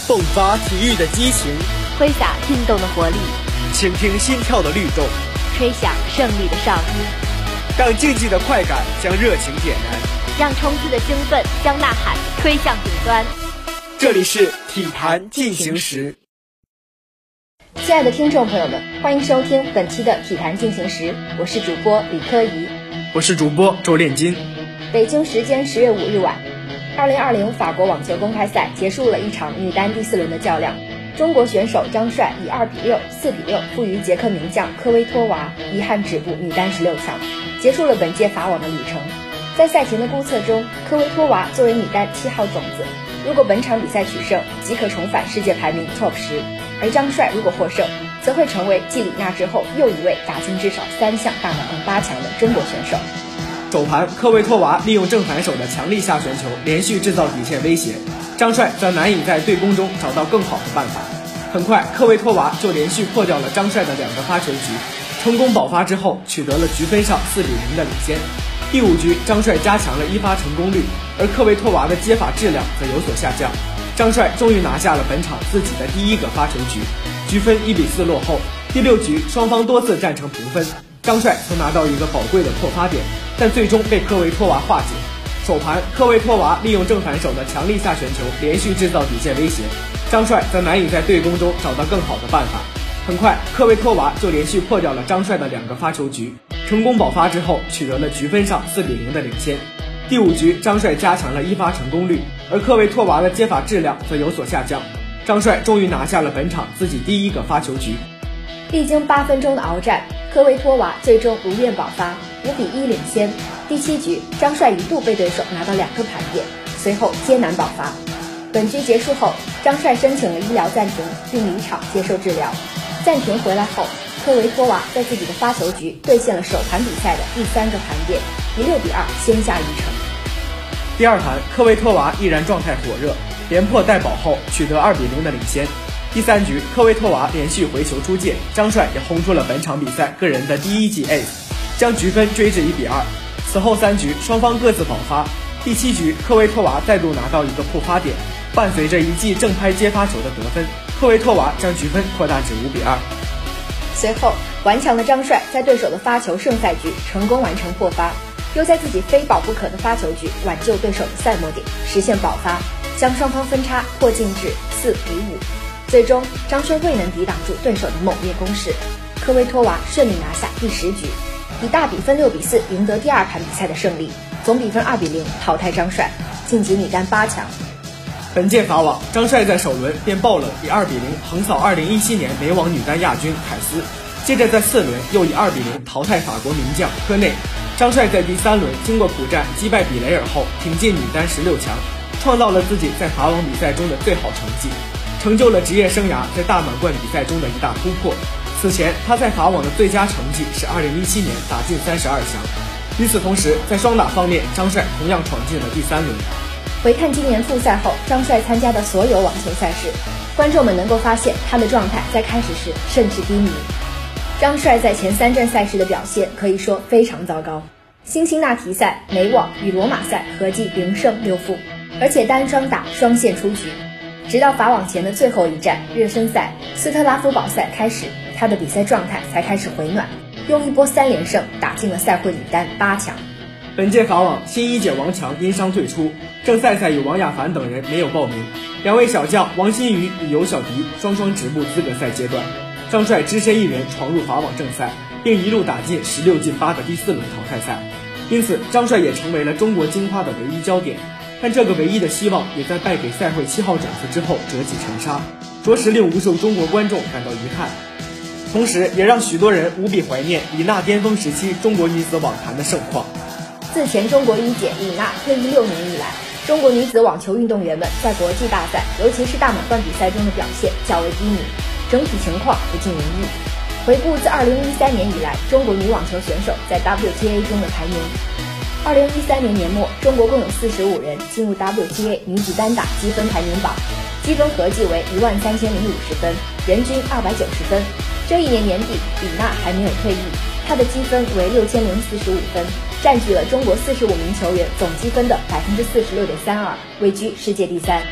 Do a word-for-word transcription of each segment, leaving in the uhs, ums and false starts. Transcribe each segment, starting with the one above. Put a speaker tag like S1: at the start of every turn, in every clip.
S1: 迸发体育的激情，
S2: 挥洒运动的活力，
S1: 倾听心跳的律动，
S2: 吹响胜利的哨音，
S1: 让竞技的快感将热情点燃，
S2: 让冲刺的兴奋将呐喊推向顶端。
S1: 这里是体坛进行时。
S3: 亲爱的听众朋友们，欢迎收听本期的体坛进行时，我是主播李科怡，
S1: 我是主播周炼金。
S3: 北京时间十月五日晚，二零二零法国网球公开赛结束了一场女单第四轮的较量，中国选手张帅以二比六、四比六负于捷克名将科威托娃，遗憾止步女单十六强，结束了本届法网的旅程。在赛前的估测中，科威托娃作为女单七号种子，如果本场比赛取胜，即可重返世界排名 top 十，而张帅如果获胜，则会成为继李娜之后又一位打进至少三项大满贯八强的中国选手。
S4: 首盘，科威托娃利用正反手的强力下旋球连续制造底线威胁，张帅则难以在对攻中找到更好的办法。很快，科威托娃就连续破掉了张帅的两个发球局，成功爆发之后取得了局分上四比零的领先。第五局，张帅加强了一发成功率，而科威托娃的接法质量则有所下降。张帅终于拿下了本场自己的第一个发球局，局分一比四落后。第六局，双方多次战成平分，张帅曾拿到一个宝贵的破发点，但最终被科维托娃化解。首盘，科维托娃利用正反手的强力下旋球连续制造底线威胁，张帅则难以在对攻中找到更好的办法。很快，科维托娃就连续破掉了张帅的两个发球局，成功爆发之后取得了局分上四比零的领先。第五局，张帅加强了一发成功率，而科维托娃的接法质量则有所下降。张帅终于拿下了本场自己第一个发球局。
S3: 历经八分钟的鏖战，科维托娃最终如愿爆发，五比一领先。第七局，张帅一度被对手拿到两个盘点，随后艰难爆发。本局结束后，张帅申请了医疗暂停，并离场接受治疗。暂停回来后，科维托娃在自己的发球局兑现了首盘比赛的第三个盘点，以六比二先下一城。
S4: 第二盘，科维托娃依然状态火热，连破带保后取得二比零的领先。第三局，科维托娃连续回球出界，张帅也轰出了本场比赛个人的第一记 ace， 将局分追至一比二。此后三局双方各自爆发，第七局科维托娃再度拿到一个破发点，伴随着一记正拍接发球的得分，科维托娃将局分扩大至五比二。
S3: 随后顽强的张帅在对手的发球胜赛局成功完成破发，又在自己非保不可的发球局挽救对手的赛末点，实现爆发，将双方分差扩进至四比五。最终张帅未能抵挡住对手的猛烈攻势，科维托娃顺利拿下第十局，以大比分六比四赢得第二盘比赛的胜利，总比分二比零淘汰张帅，晋级女单八强。
S4: 本届法网，张帅在首轮便爆冷以二比零横扫二零一七年美网女单亚军凯斯，接着在四轮又以二比零淘汰法国名将科内。张帅在第三轮经过苦战击败比雷尔后挺进女单十六强，创造了自己在法网比赛中的最好成绩，成就了职业生涯在大满贯比赛中的一大突破。此前他在法网的最佳成绩是二零一七年打进三十二强。与此同时，在双打方面，张帅同样闯进了第三轮。
S3: 回看今年复赛后张帅参加的所有网球赛事，观众们能够发现他的状态在开始时甚至低迷。张帅在前三站赛事的表现可以说非常糟糕，辛辛那提赛、美网与罗马赛合计零胜六负，而且单双打双线出局。直到法网前的最后一站热身赛斯特拉夫堡赛开始，他的比赛状态才开始回暖，用一波三连胜打进了赛会女单八强。
S4: 本届法网新一届王强因伤退出，郑赛赛与王亚凡等人没有报名，两位小将王欣瑜与尤小迪双双止步资格赛阶段。张帅只身一人闯入法网正赛，并一路打进十六进八的第四轮淘汰赛，因此张帅也成为了中国金花的唯一焦点。但这个唯一的希望也在败给赛会七号种子之后折戟沉沙，着实令无数中国观众感到遗憾，同时也让许多人无比怀念李娜巅峰时期中国女子网坛的盛况。
S3: 自前中国一姐李娜退役六年以来，中国女子网球运动员们在国际大赛，尤其是大满贯比赛中的表现较为低迷，整体情况不尽人意。回顾自二零一三年以来中国女网球选手在 W T A 中的排名，二零一三年年末，中国共有四十五人进入 W T A 女子单打积分排名榜，积分合计为一万三千零五十分，人均二百九十分。这一年年底，李娜还没有退役，她的积分为六千零四十五分，占据了中国四十五名球员总积分的百分之四十六点三二，位居世界第三。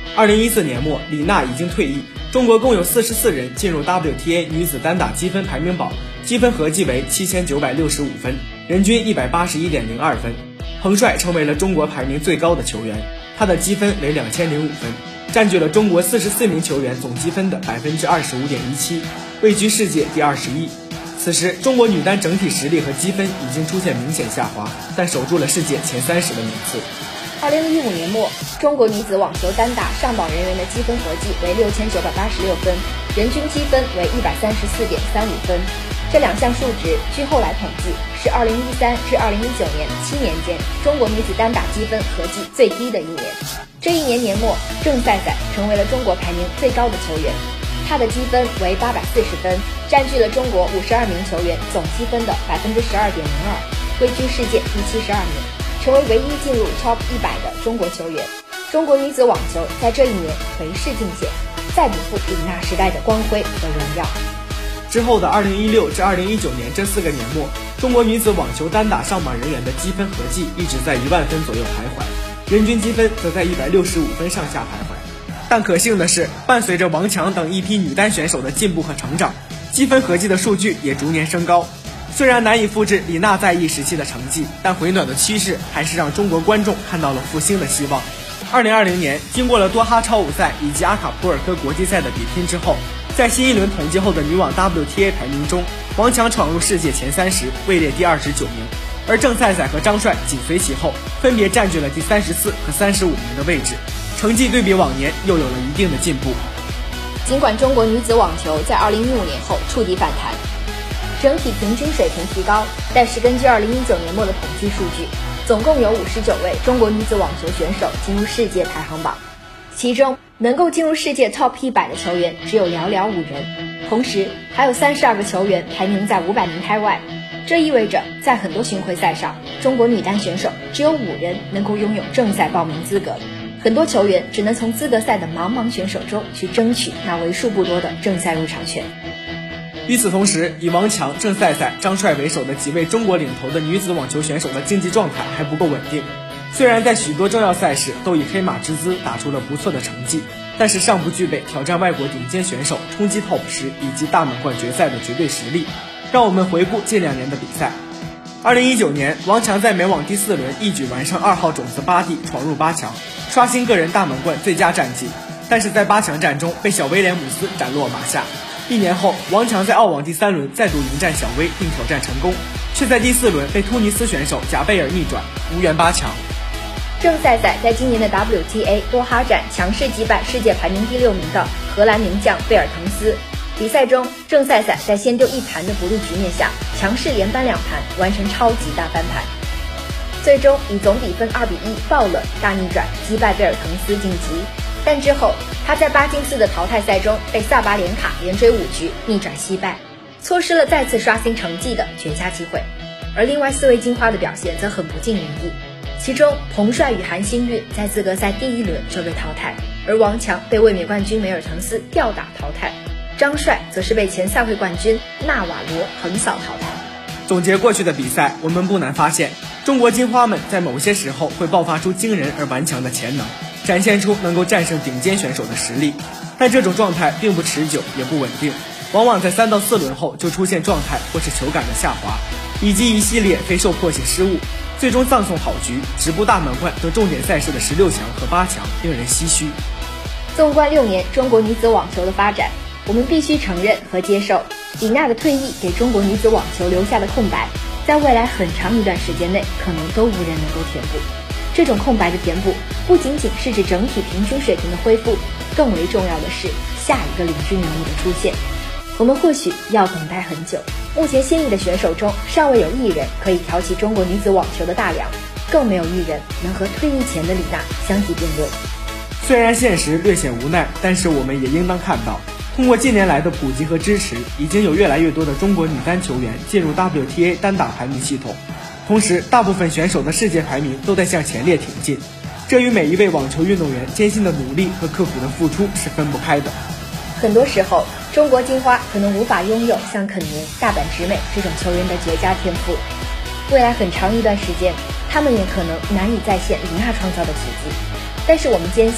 S4: 二零一四年末，李娜已经退役，中国共有四十四人进入 W T A 女子单打积分排名榜，积分合计为七千九百六十五分，人均 一百八十一点零二分。彭帅成为了中国排名最高的球员，他的积分为两千零五分，占据了中国四十四名球员总积分的 百分之二十五点一七， 位居世界第二十一。此时中国女单整体实力和积分已经出现明显下滑，但守住了世界前三十的名次。
S3: 二零一五年末，中国女子网球单打上榜人员的积分合计为六千九百八十六分，人均积分为一百三十四点三五分。这两项数值据后来统计是二零一三至二零一九年七年间中国女子单打积分合计最低的一年。这一年年末，郑赛赛成为了中国排名最高的球员，她的积分为八百四十分，占据了中国五十二名球员总积分的 百分之十二点零二， 位居世界第七十二名，成为唯一进入 Top 一百的中国球员。中国女子网球在这一年颓势尽显，再不复李娜时代的光辉和荣耀。
S4: 之后的二零一六至二零一九年这四个年末，中国女子网球单打上榜人员的积分合计一直在一万分左右徘徊，人均积分则在一百六十五分上下徘徊。但可幸的是，伴随着王强等一批女单选手的进步和成长，积分合计的数据也逐年升高。虽然难以复制李娜在役时期的成绩，但回暖的趋势还是让中国观众看到了复兴的希望。二零二零年，经过了多哈超五赛以及阿卡普尔科国际赛的比拼之后，在新一轮统计后的女网 W T A 排名中，王强闯入世界前三十，位列第二十九名，而郑赛赛和张帅紧随其后，分别占据了第三十四和三十五名的位置，成绩对比往年又有了一定的进步。
S3: 尽管中国女子网球在二零一五年后触底反弹，整体平均水平提高，但是根据二零一九年末的统计数据，总共有五十九位中国女子网球选手进入世界排行榜，其中能够进入世界 Top 一百的球员只有寥寥五人，同时还有三十二个球员排名在五百名开外。这意味着在很多巡回赛上，中国女单选手只有五人能够拥有正赛报名资格，很多球员只能从资格赛的茫茫选手中去争取那为数不多的正赛入场权。
S4: 与此同时，以王强、郑赛赛、张帅为首的几位中国领头的女子网球选手的竞技状态还不够稳定，虽然在许多重要赛事都以黑马之姿打出了不错的成绩，但是尚不具备挑战外国顶尖选手冲击 Top 十以及大满贯决赛的绝对实力。让我们回顾近两年的比赛。二零一九年，王强在美网第四轮一举完胜二号种子巴蒂，闯入八强，刷新个人大满贯最佳战绩，但是在八强战中被小威廉姆斯斩落马下。一年后，王强在澳网第三轮再度迎战小威并挑战成功，却在第四轮被突尼斯选手贾贝尔逆转，无缘八强。
S3: 郑赛赛在今年的 W T A 多哈站强势击败世界排名第六名的荷兰名将贝尔滕斯。比赛中，郑赛赛在先丢一盘的不利局面下，强势连扳两盘，完成超级大翻盘，最终以总比分二比一爆冷大逆转击败贝尔滕斯晋级。但之后他在巴金斯的淘汰赛中被萨巴连卡连追五局逆转惜败，错失了再次刷新成绩的绝佳机会。而另外四位金花的表现则很不尽人意，其中彭帅与韩星韵在资格赛第一轮就被淘汰，而王强被卫冕冠军梅尔滕斯吊打淘汰，张帅则是被前赛会冠军纳瓦罗横扫淘汰。
S4: 总结过去的比赛，我们不难发现，中国金花们在某些时候会爆发出惊人而顽强的潜能，展现出能够战胜顶尖选手的实力，但这种状态并不持久也不稳定，往往在三到四轮后就出现状态或是球感的下滑，以及一系列非受迫性失误，最终葬送好局，止步大满贯等重点赛事的十六强和八强，令人唏嘘。
S3: 纵观六年中国女子网球的发展，我们必须承认和接受，李娜的退役给中国女子网球留下的空白，在未来很长一段时间内可能都无人能够填补。这种空白的填补，不仅仅是指整体平均水平的恢复，更为重要的是下一个领军人物的出现。我们或许要等待很久，目前现役的选手中尚未有一人可以挑起中国女子网球的大梁，更没有一人能和退役前的李娜相提并论。
S4: 虽然现实略显无奈，但是我们也应当看到，通过近年来的普及和支持，已经有越来越多的中国女单球员进入 W T A 单打排名系统，同时大部分选手的世界排名都在向前列挺进，这与每一位网球运动员艰辛的努力和刻苦的付出是分不开的。
S3: 很多时候，中国金花可能无法拥有像肯宁、大阪直美这种球员的绝佳天赋，未来很长一段时间，他们也可能难以再现李娜创造的奇迹。但是我们坚信，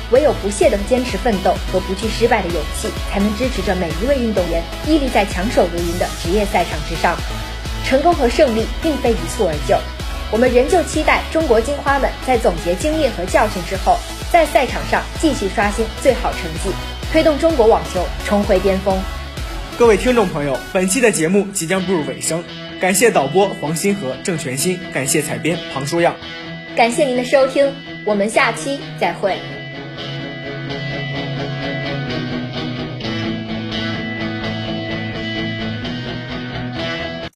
S3: 唯有不懈的坚持奋斗和不惧失败的勇气，才能支持着每一位运动员屹立在强手如云的职业赛场之上。成功和胜利并非一蹴而就，我们仍旧期待中国金花们在总结经验和教训之后，在赛场上继续刷新最好成绩，推动中国网球重回巅峰。
S4: 各位听众朋友，本期的节目即将步入尾声，感谢导播黄新和、郑全新，感谢采编庞舒样，
S3: 感谢您的收听，我们下期再会。